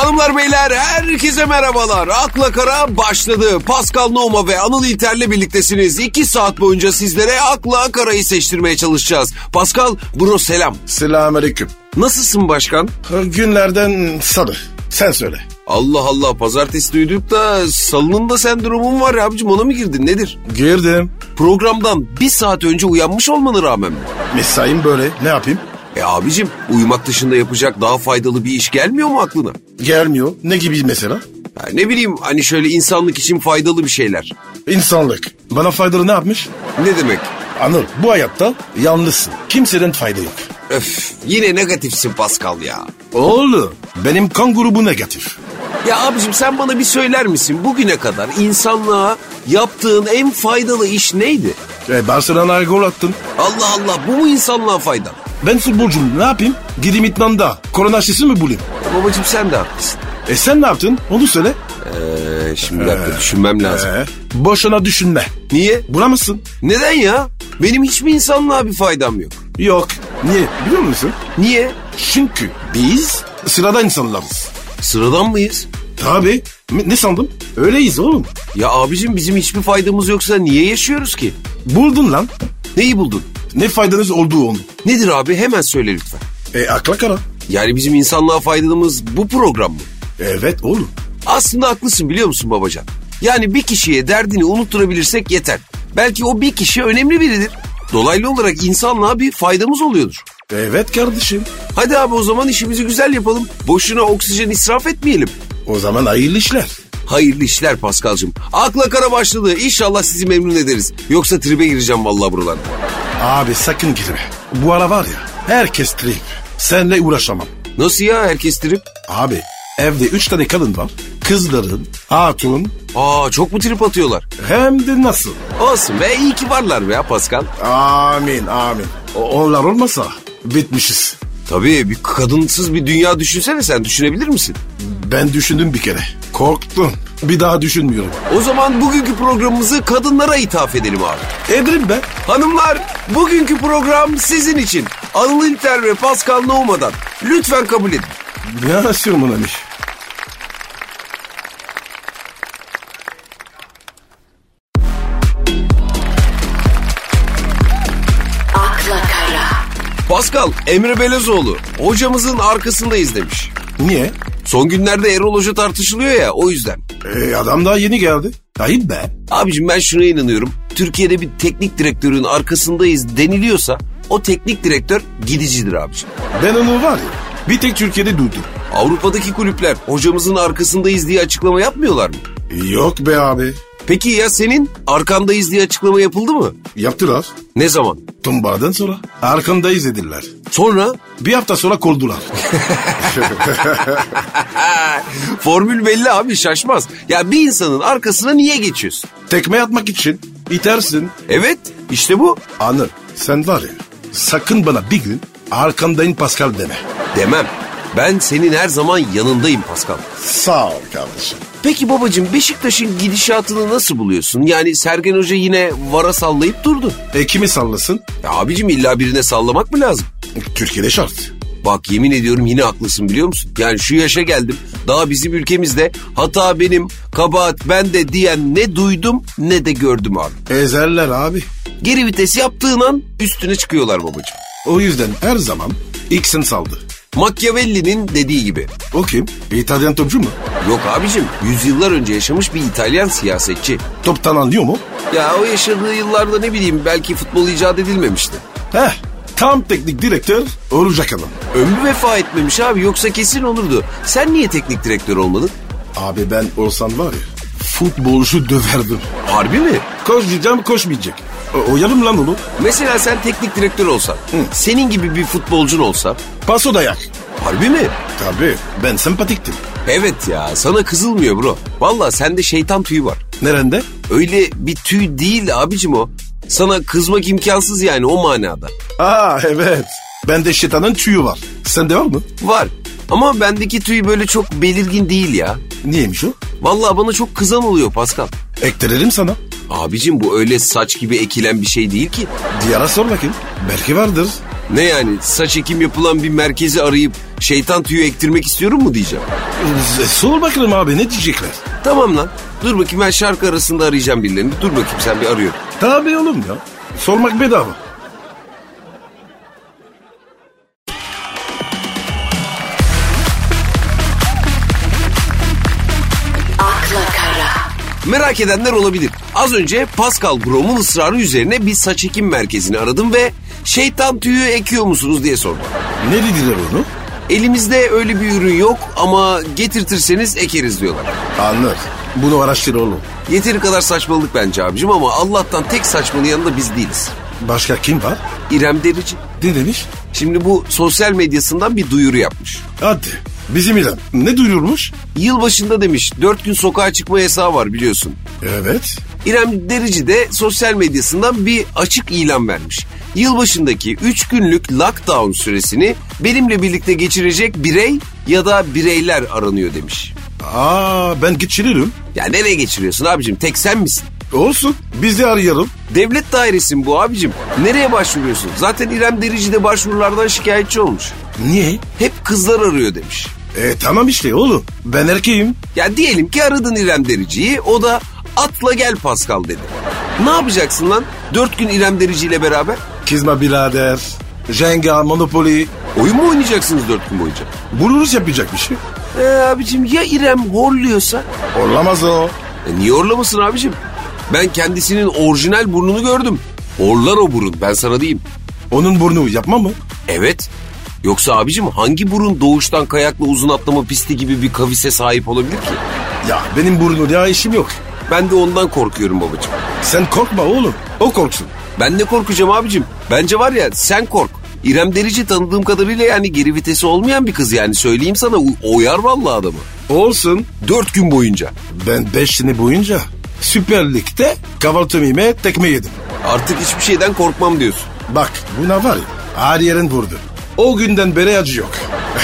Hanımlar beyler herkese merhabalar. Akla Kara başladı. Pascal Nouma ve Anıl İlter'le birliktesiniz. 2 saat boyunca sizlere Akla Kara'yı seçtirmeye çalışacağız. Pascal, bro selam. Selamünaleyküm. Nasılsın başkan? Günlerden salı. Sen söyle. Allah Allah, pazartesi duyduk da salının da sendromun var ya abicim, ona mı girdin nedir? Girdim. Programdan 1 saat önce uyanmış olmana rağmen mi? Mesaim böyle, ne yapayım? Abicim, uyumak dışında yapacak daha faydalı bir iş gelmiyor mu aklına? Gelmiyor. Ne gibi mesela? Ya ne bileyim, hani şöyle insanlık için faydalı bir şeyler. İnsanlık. Bana faydalı ne yapmış? Ne demek? Anıl, bu hayatta yalnızsın. Kimseden fayda yok. Öf, yine negatifsin Pascal ya. Oğlum, benim kan grubu negatif. Ya abicim, sen bana bir söyler misin, bugüne kadar insanlığa yaptığın en faydalı iş neydi? Barcelona'ya gol attın. Allah Allah, bu mu insanlığa fayda? Ben futbolcuyum, ne yapayım? Gideyim İtman'da korona aşısı mı bulayım? Babacım sen de haklısın. Sen ne yaptın? Onu söyle. Şimdi bir dakika düşünmem lazım. Boşuna düşünme. Niye? Bulamazsın. Neden ya? Benim hiçbir insanlığa bir faydam yok. Yok. Niye? Biliyor musun? Niye? Çünkü biz sıradan insanlarız. Sıradan mıyız? Tabii. Ne sandın? Öyleyiz oğlum. Ya abicim, bizim hiçbir faydamız yoksa niye yaşıyoruz ki? Buldun lan. Neyi buldun? Ne faydanız olduğu onu. Nedir abi, hemen söyle lütfen. Akla kara. Yani bizim insanlığa faydamız bu program mı? Evet oğlum. Aslında haklısın, biliyor musun babacan? Yani bir kişiye derdini unutturabilirsek yeter. Belki o bir kişi önemli biridir. Dolaylı olarak insanlığa bir faydamız oluyordur. Evet kardeşim. Hadi abi, o zaman işimizi güzel yapalım. Boşuna oksijen israf etmeyelim. O zaman hayırlı işler. Hayırlı işler Paskal'cığım. Akla Kara başladı. İnşallah sizi memnun ederiz. Yoksa tribe gireceğim vallahi buralarda. Abi sakın girme. Bu ara var ya, herkes trip. Seninle uğraşamam. Nasıl ya, herkes trip? Abi evde 3 tane kadın var. Kızların, hatun. Çok mu trip atıyorlar? Hem de nasıl? Olsun be, iyi ki varlar be ya Pascal. Amin amin. Onlar olmasa bitmişiz. Tabii, bir kadınsız bir dünya düşünsene, sen düşünebilir misin? Ben düşündüm bir kere. Korktum. Bir daha düşünmüyorum. O zaman bugünkü programımızı kadınlara ithaf edelim abi. Ederim be. Hanımlar, bugünkü program sizin için. Anıl İlter ve Pascal Nouma'dan. Lütfen kabul edin. Bien sûr mon ami. Akla Kara. Pascal, Emre Belözoğlu hocamızın arkasındayız demiş. Niye? Son günlerde Erol Hoca tartışılıyor ya, o yüzden. Adam daha yeni geldi. Ayıp be. Abicim, ben şuna inanıyorum. Türkiye'de bir teknik direktörün arkasındayız deniliyorsa o teknik direktör gidicidir abicim. Ben onu var ya, bir tek Türkiye'de duydum. Avrupa'daki kulüpler hocamızın arkasındayız diye açıklama yapmıyorlar mı? Yok be abi. Peki ya senin arkandayız diye açıklama yapıldı mı? Yaptılar. Ne zaman? Tumbadan sonra arkandayız dediler. Sonra? Bir hafta sonra kovdular. Formül belli abi, şaşmaz. Ya bir insanın arkasına niye geçiyorsun? Tekme atmak için itersin. Evet, işte bu. Anıl, sen var ya, sakın bana bir gün arkandayım Pascal deme. Demem. Ben senin her zaman yanındayım Pascal. Sağ ol kardeşim. Peki babacığım, Beşiktaş'ın gidişatını nasıl buluyorsun? Yani Sergen Hoca yine VAR'a sallayıp durdu. Kimi sallasın? Ya abicim, illa birine sallamak mı lazım? Türkiye'de şart. Bak, yemin ediyorum yine haklısın, biliyor musun? Yani şu yaşa geldim, daha bizim ülkemizde hata benim, kabahat bende diyen ne duydum ne de gördüm abi. Ezerler abi. Geri vites yaptığın an üstüne çıkıyorlar babacığım. O yüzden her zaman ilk sen saldı. Machiavelli'nin dediği gibi. O kim? İtalyan topçu mu? Yok abicim, yüzyıllar önce yaşamış bir İtalyan siyasetçi. Toptan anlıyor mu? Ya o yaşadığı yıllarda ne bileyim, belki futbol icat edilmemişti. Tam teknik direktör olacak adam. Ömrü vefa etmemiş abi, yoksa kesin olurdu. Sen niye teknik direktör olmadın? Abi ben olsam var ya, futbolcu döverdim. Harbi mi? Koş diyeceğim, koşmayacak. Oyarım lan onu. Mesela sen teknik direktör olsan, senin gibi bir futbolcun olsa. Paso dayak. Harbi mi? Tabii, ben sempatiktim. Evet ya, sana kızılmıyor bro. Vallahi sende şeytan tüyü var. Nerede? Öyle bir tüy değil abicim o. Sana kızmak imkansız yani, o manada. Evet. Bende şeytanın tüyü var. Sende var mı? Var. Ama bendeki tüy böyle çok belirgin değil ya. Niyeymiş o? Vallahi bana çok kızan oluyor Pascal. Ektirelim sana. Abicim, bu öyle saç gibi ekilen bir şey değil ki. Diyara sor bakayım. Belki vardır. Ne yani, saç ekim yapılan bir merkezi arayıp şeytan tüyü ektirmek istiyorum mu diyeceğim. Sor bakalım abi, ne diyecekler? Tamam lan, dur bakayım, ben şarkı arasında arayacağım birilerini. Dur bakayım, sen bir arıyor. Tabii oğlum ya. Sormak bedava. akla kara, Merak edenler olabilir. Az önce Pascal Brom'un ısrarı üzerine bir saç ekim merkezini aradım ve şeytan tüyü ekiyor musunuz diye sordum. Ne dediler onu? Elimizde öyle bir ürün yok ama getirtirseniz ekeriz diyorlar. Anlar. Bunu araştır oğlum. Yeteri kadar saçmalık bence abicim, ama Allah'tan tek saçmalayan da biz değiliz. Başka kim var? İrem Derici. Ne demiş? Şimdi bu sosyal medyasından bir duyuru yapmış. Hadi. Bizim İrem. Ne duyurmuş? Yılbaşında demiş 4 gün sokağa çıkma yasağı var biliyorsun. Evet. İrem Derici de sosyal medyasından bir açık ilan vermiş. Yılbaşındaki 3 günlük lockdown süresini benimle birlikte geçirecek birey ya da bireyler aranıyor demiş. Ben geçiririm. Ya nereye geçiriyorsun abicim? Tek sen misin? Olsun. Biz de arayalım. Devlet dairesi bu abicim. Nereye başvuruyorsun? Zaten İrem Derici de başvurulardan şikayetçi olmuş. Niye? Hep kızlar arıyor demiş. Tamam işte oğlum. Ben erkeğim. Ya diyelim ki aradın İrem Derici'yi, o da atla gel Pascal dedi. Ne yapacaksın lan 4 gün İrem Derici ile beraber? Kızma birader. Jenga, Monopoly. Oyun mu oynayacaksınız 4 gün boyunca? Buluruz yapacak bir şey. Abicim ya İrem horluyorsa? Olamaz o. Niye horlamasın abicim? Ben kendisinin orijinal burnunu gördüm. Horlar o burun, ben sana diyeyim. Onun burnu yapma mı? Evet. Yoksa abicim hangi burun doğuştan kayakla uzun atlama pisti gibi bir kavise sahip olabilir ki? Ya benim burnuyla işim yok. Ben de ondan korkuyorum babacığım. Sen korkma oğlum. O korksun. Ben ne korkacağım abicim? Bence var ya, sen kork. İrem Derici tanıdığım kadarıyla yani geri vitesi olmayan bir kız, yani söyleyeyim sana, oyar vallahi adamı. Olsun. 4 gün boyunca. Ben 5 sene boyunca Süper Lig'de kahvaltımı yemeye tekme yedim. Artık hiçbir şeyden korkmam diyorsun. Bak buna var ya, her yerin vurdu. O günden beri acı yok.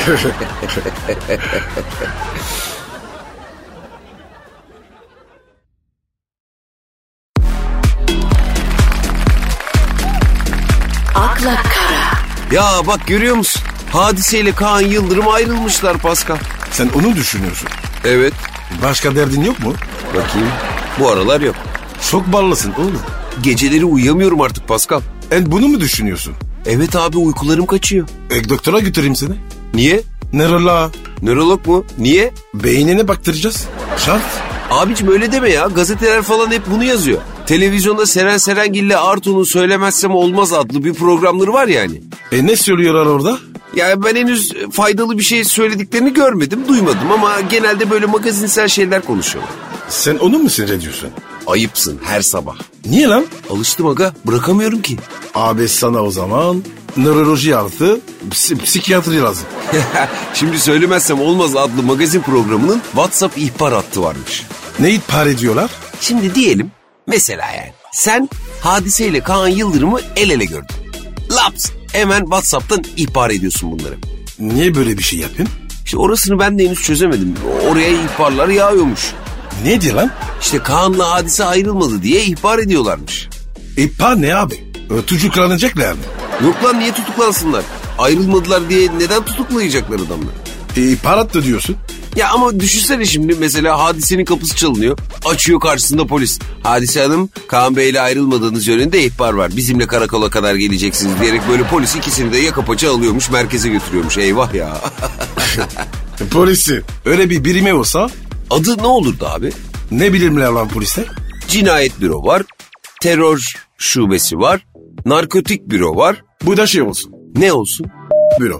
akla kara, Ya bak, görüyor musun? Hadise ile Kaan Yıldırım ayrılmışlar Pascal. Sen onu düşünüyorsun. Evet. Başka derdin yok mu? Bakayım. Bu aralar yok. Çok ballısın oğlum. Geceleri uyuyamıyorum artık Pascal. Bunu mu düşünüyorsun? Evet abi, uykularım kaçıyor. Doktora götüreyim seni. Niye? Nöroloğa. Nörolog mu? Niye? Beynine baktıracağız. Şart. Abicim öyle deme ya. Gazeteler falan hep bunu yazıyor. Televizyonda Seren Serengil'le Artu'nun Söylemezsem Olmaz adlı bir programları var yani. Ne söylüyorlar orada? Yani ben henüz faydalı bir şey söylediklerini görmedim, duymadım, ama genelde böyle magazinsel şeyler konuşuyorlar. Sen onu mu seyrediyorsun? Ayıpsın her sabah. Niye lan? Alıştım aga, bırakamıyorum ki. Abi sana o zaman nöroloji artı psikiyatri lazım. Şimdi Söylemezsem Olmaz adlı magazin programının WhatsApp ihbar hattı varmış. Ne ihbar ediyorlar? Şimdi diyelim mesela, yani sen Hadise ile Kaan Yıldırım'ı el ele gördün. Laps, hemen WhatsApp'tan ihbar ediyorsun bunları. Niye böyle bir şey yapayım? İşte orasını ben de henüz çözemedim. Oraya ihbarlar yağıyormuş. Ne diyor lan? İşte Kaan'la Hadise ayrılmadı diye ihbar ediyorlarmış. İhbar ne abi? Tutuklanacaklar mı? Yok lan, niye tutuklansınlar? Ayrılmadılar diye neden tutuklayacaklar adamları? İhbar attı diyorsun. Ya ama düşünsene şimdi, mesela Hadise'nin kapısı çalınıyor. Açıyor, karşısında polis. Hadise Hanım, Kaan Bey'le ayrılmadığınız yönünde ihbar var. Bizimle karakola kadar geleceksiniz diyerek böyle polis ikisini de yaka paça alıyormuş, merkeze götürüyormuş. Eyvah ya. Polisi öyle bir birime olsa? Adı ne olurdu abi? Ne bilimler lan poliste? Cinayet büro var. Terör şubesi var. Narkotik büro var. Bu da şey olsun. Ne olsun? Büro.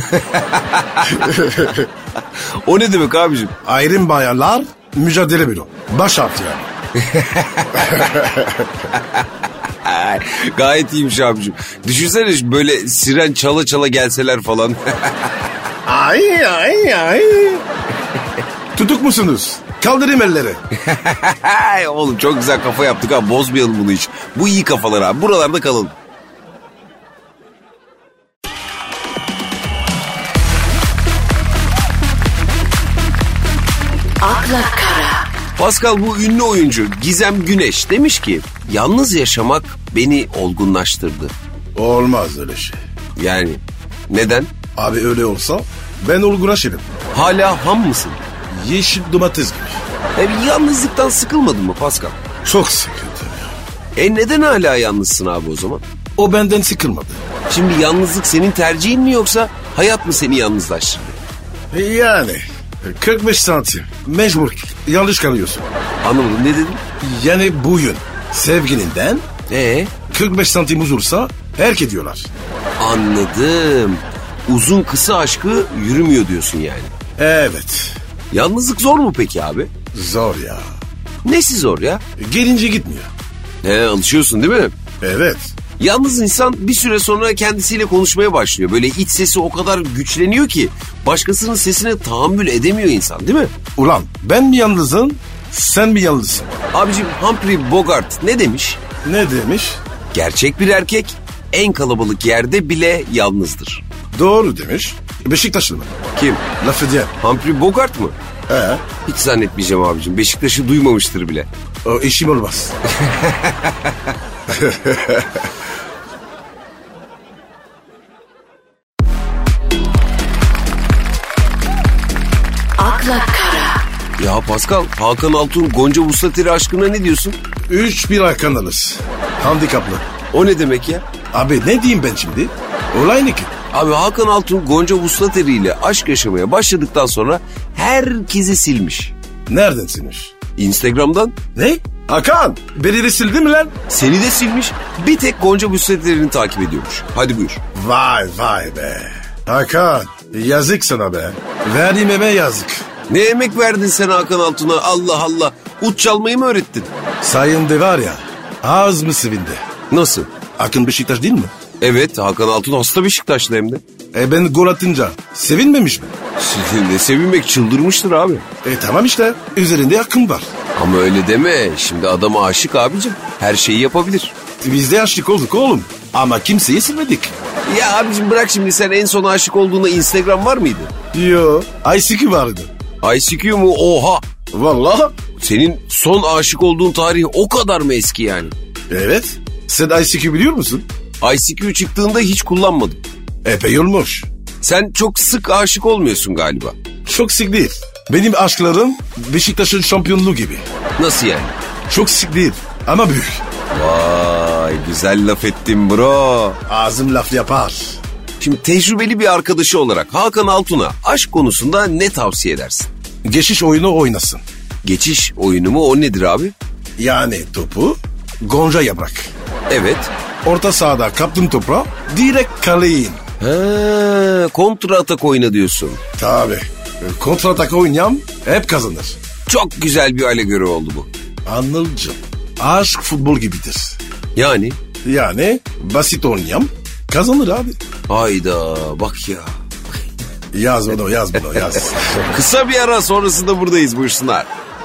O ne demek abicim? Ayrım bayanlar mücadele büro. Baş harfi yani. Gayet iyiymiş abicim. Düşünsene böyle siren çala çala gelseler falan. Ay. Tutuk musunuz? Kaldırayım elleri. Oğlum çok güzel kafa yaptık ha, bozmayalım bunu hiç. Bu iyi kafalar abi, buralarda kalalım. akla kara, Pascal, bu ünlü oyuncu Gizem Güneş demiş ki yalnız yaşamak beni olgunlaştırdı. Olmaz öyle şey. Yani neden? Abi öyle olsa ben olgunlaşırım. Hala ham mısın? Yeşil domates gibi. Bir yalnızlıktan sıkılmadın mı Pascal? Çok sıkıntı ya. Neden hala yalnızsın abi o zaman? O benden sıkılmadı. Şimdi yalnızlık senin tercihin mi yoksa hayat mı seni yalnızlaştırdı? Yani 45 santim. Mecbur. Yanlış kalıyorsun. Anlamadım, ne dedin? Yani bugün sevgilinden 45 santim uzursa erkek diyorlar. Anladım. Uzun kısa aşkı yürümüyor diyorsun yani. Evet. Yalnızlık zor mu peki abi? Zor ya. Nesi zor ya? Gelince gitmiyor. Alışıyorsun değil mi? Evet. Yalnız insan bir süre sonra kendisiyle konuşmaya başlıyor. Böyle iç sesi o kadar güçleniyor ki başkasının sesine tahammül edemiyor insan, değil mi? Ulan ben mi yalnızım, sen mi yalnızsın? Abicim Humphrey Bogart ne demiş? Ne demiş? Gerçek bir erkek en kalabalık yerde bile yalnızdır. Doğru demiş. Beşiktaşlı mı? Kim? Laf ediyen. Humphrey Bogart mı? He. Hiç zannetmeyeceğim abicim. Beşiktaş'ı duymamıştır bile. O işim olmaz. Akla Kara. Ya Pascal, Hakan Altun Gonca Vuslateri aşkına ne diyorsun? 3-1 Hakan alır. Handikaplı. O ne demek ya? Abi ne diyeyim ben şimdi? Olay ne ki? Abi Hakan Altun Gonca Vuslateri ile aşk yaşamaya başladıktan sonra herkesi silmiş. Nereden silmiş? Instagram'dan. Ne? Hakan beni de sildi mi lan? Seni de silmiş. Bir tek Gonca Vuslateri'ni takip ediyormuş. Hadi buyur. Vay be. Hakan yazık sana be. Verdiğim emeğe yazık. Ne emek verdin sen Hakan Altun'a, Allah Allah. Ut çalmayı mı öğrettin? Sayende var ya ağız mı sevindi? Nasıl? Akın Beşiktaş değil mi? Evet, Hakan Altun hasta Beşiktaşlı hem de. Ben gol atınca sevinmemiş mi? Ne sevinmek, çıldırmıştır abi. Tamam işte üzerinde Akın var. Ama öyle deme, şimdi adama aşık abicim. Her şeyi yapabilir. Biz de aşık olduk oğlum. Ama kimseyi silmedik. Ya abicim bırak şimdi, sen en son aşık olduğunda Instagram var mıydı? Yo ICQ vardı. ICQ mu? Oha! Vallahi. Senin son aşık olduğun tarih o kadar mı eski yani? Evet. Sen ICQ biliyor musun? ICQ çıktığında hiç kullanmadım. Epey olmuş. Sen çok sık aşık olmuyorsun galiba. Çok sık değil. Benim aşklarım Beşiktaş'ın şampiyonluğu gibi. Nasıl yani? Çok sık değil ama büyük. Vay, güzel laf ettin bro. Ağzım laf yapar. Şimdi tecrübeli bir arkadaşı olarak Hakan Altun'a aşk konusunda ne tavsiye edersin? Geçiş oyunu oynasın. Geçiş oyunu mu, o nedir abi? Yani topu Gonca'ya bırak. Evet. Orta sahada kaptın toprağı direkt kaleye in. Kontra atak oyna diyorsun. Tabii. Kontratak oynayan hep kazanır. Çok güzel bir alegori oldu bu. Anılcım. Aşk futbol gibidir. Yani? Yani basit oynayan kazanır abi. Hayda bak ya. Yaz bunu yaz. Kısa bir ara, sonrasında buradayız, buyursunlar.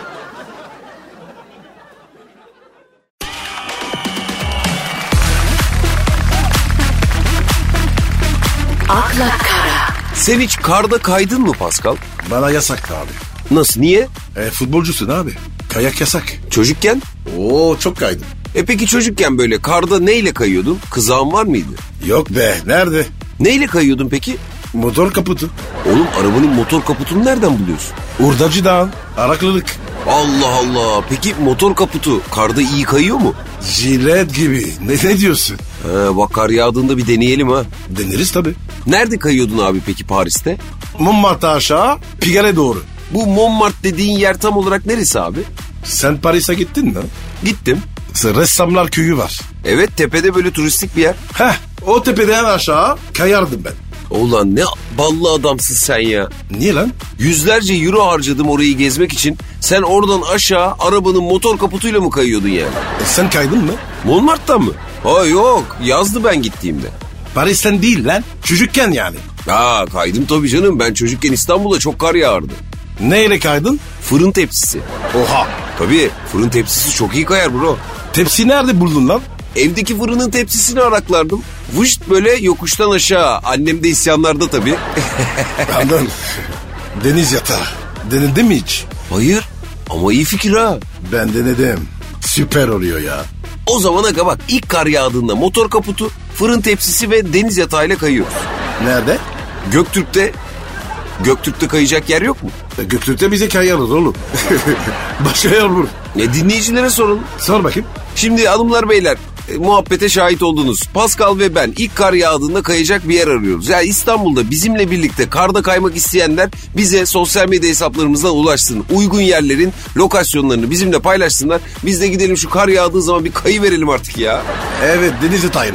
Akla Kara. Sen hiç karda kaydın mı Pascal? Bana yasak abi. Nasıl, niye? Futbolcusun abi. Kayak yasak. Çocukken? Oo çok kaydım. Peki çocukken böyle karda neyle kayıyordun? Kızağın var mıydı? Yok be nerede? Neyle kayıyordun peki? Motor kaputu. Oğlum arabanın motor kaputunu nereden buluyorsun? Hurdacıdan. Araklılık. Allah Allah. Peki motor kaputu karda iyi kayıyor mu? Jilet gibi. Ne diyorsun? Bak kar yağdığında bir deneyelim ha. Deneriz tabii. Nerede kayıyordun abi peki Paris'te? Montmartre aşağı, Pigalle doğru. Bu Montmartre dediğin yer tam olarak neresi abi? Sen Paris'e gittin mi? Gittim. Ressamlar köyü var. Evet, tepede böyle turistik bir yer. O tepeden aşağı kayardım ben. Ulan ne ballı adamsın sen ya. Niye lan? Yüzlerce euro harcadım orayı gezmek için. Sen oradan aşağı arabanın motor kaputuyla mı kayıyordun yani? Sen kaydın mı? Montmartre'dan mı? Ha yok, yazdı ben gittiğimde. Paris'ten değil lan. Çocukken yani. Kaydım tabii canım. Ben çocukken İstanbul'da çok kar yağardı. Neyle kaydın? Fırın tepsisi. Oha. Tabii fırın tepsisi çok iyi kayar bro. Tepsi nerede buldun lan? Evdeki fırının tepsisini araklardım. Vışt böyle yokuştan aşağı. Annem de isyanlarda tabii. Anladın. Deniz yatağı. Denedin mi hiç? Hayır ama iyi fikir ha. Ben denedim. Süper oluyor ya. O zaman aga bak, ilk kar yağdığında motor kaputu, fırın tepsisi ve deniz yatağıyla kayıyoruz. Nerede? Göktürk'te kayacak yer yok mu? Göktürk'te bize kayarız oğlum. Başka yer bulur. Dinleyicilere soralım. Sor bakayım. Şimdi hanımlar beyler muhabbete şahit oldunuz. Pascal ve ben ilk kar yağdığında kayacak bir yer arıyoruz. Yani İstanbul'da bizimle birlikte karda kaymak isteyenler bize sosyal medya hesaplarımızdan ulaşsın. Uygun yerlerin lokasyonlarını bizimle paylaşsınlar. Biz de gidelim şu kar yağdığı zaman bir kayı verelim artık ya. Evet, deniz yatağıyla.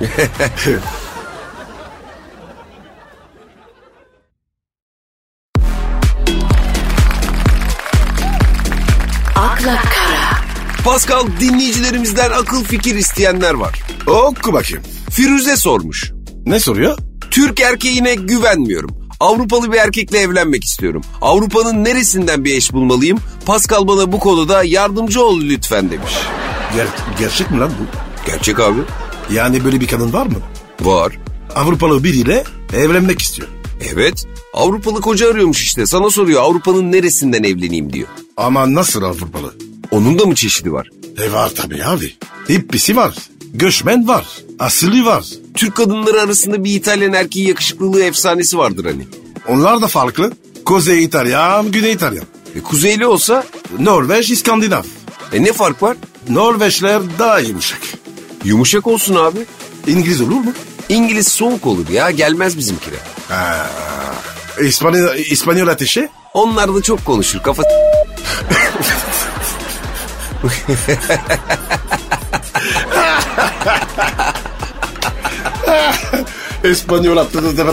akla kara, Pascal, dinleyicilerimizden akıl fikir isteyenler var. Oku bakayım. Firuze sormuş. Ne soruyor? Türk erkeğine güvenmiyorum. Avrupalı bir erkekle evlenmek istiyorum. Avrupa'nın neresinden bir eş bulmalıyım? Pascal bana bu konuda yardımcı ol lütfen demiş. Gerçek mi lan bu? Gerçek abi. Yani böyle bir kadın var mı? Var. Avrupalı biriyle evlenmek istiyor. Evet. Avrupalı koca arıyormuş işte. Sana soruyor Avrupa'nın neresinden evleneyim diyor. Ama nasıl Avrupalı? Onun da mı çeşidi var? Var tabii abi. Hippisi var. Göçmen var. Asili var. Türk kadınları arasında bir İtalyan erkeği yakışıklılığı efsanesi vardır hani. Onlar da farklı. Kuzey İtalyan, Güney İtalyan. Kuzeyli olsa Norveç, İskandinav. ne fark var? Norveçler daha yumuşak. Yumuşak olsun abi. İngiliz olur mu? İngiliz soğuk olur ya, gelmez bizimkine. İspanyol ateşi? Onlar da çok konuşur kafa... İspanyol atladı.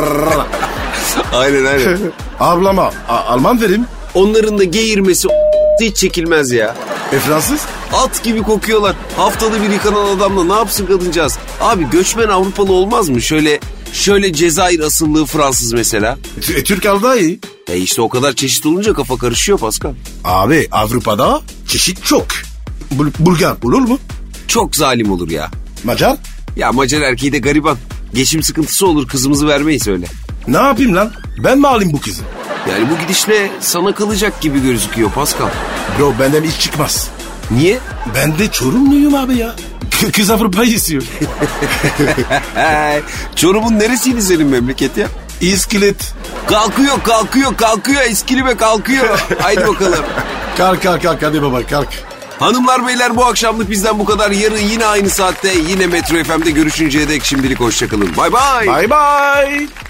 Aynen. Ablama Alman verim. Onların da geğirmesi hiç çekilmez ya. Fransız? At gibi kokuyorlar. Haftada bir yıkanan adamla ne yapsın kadıncağız? Abi göçmen Avrupalı olmaz mı? Şöyle Cezayir asıllı Fransız mesela. Türk daha iyi. İşte o kadar çeşit olunca kafa karışıyor Pascal. Abi Avrupa'da çeşit çok. Bulgar olur mu? Çok zalim olur ya. Macar? Ya Macar erkeği de gariban. Geçim sıkıntısı olur, kızımızı vermeyiz öyle. Ne yapayım lan? Ben mi alayım bu kızı? Yani bu gidişle sana kalacak gibi gözüküyor Pascal. Bro benden hiç çıkmaz. Niye? Ben de Çorumluyum abi ya. Kız Avrupa'yı istiyor. Çorum'un neresiydi senin memleket ya? İskilet. Kalkıyor İskilip'e kalkıyor. Haydi bakalım. Kalk hadi baba kalk. Hanımlar beyler bu akşamlık bizden bu kadar. Yarın yine aynı saatte yine Metro FM'de görüşünceye dek şimdilik hoşçakalın. Bay bay. Bay bay.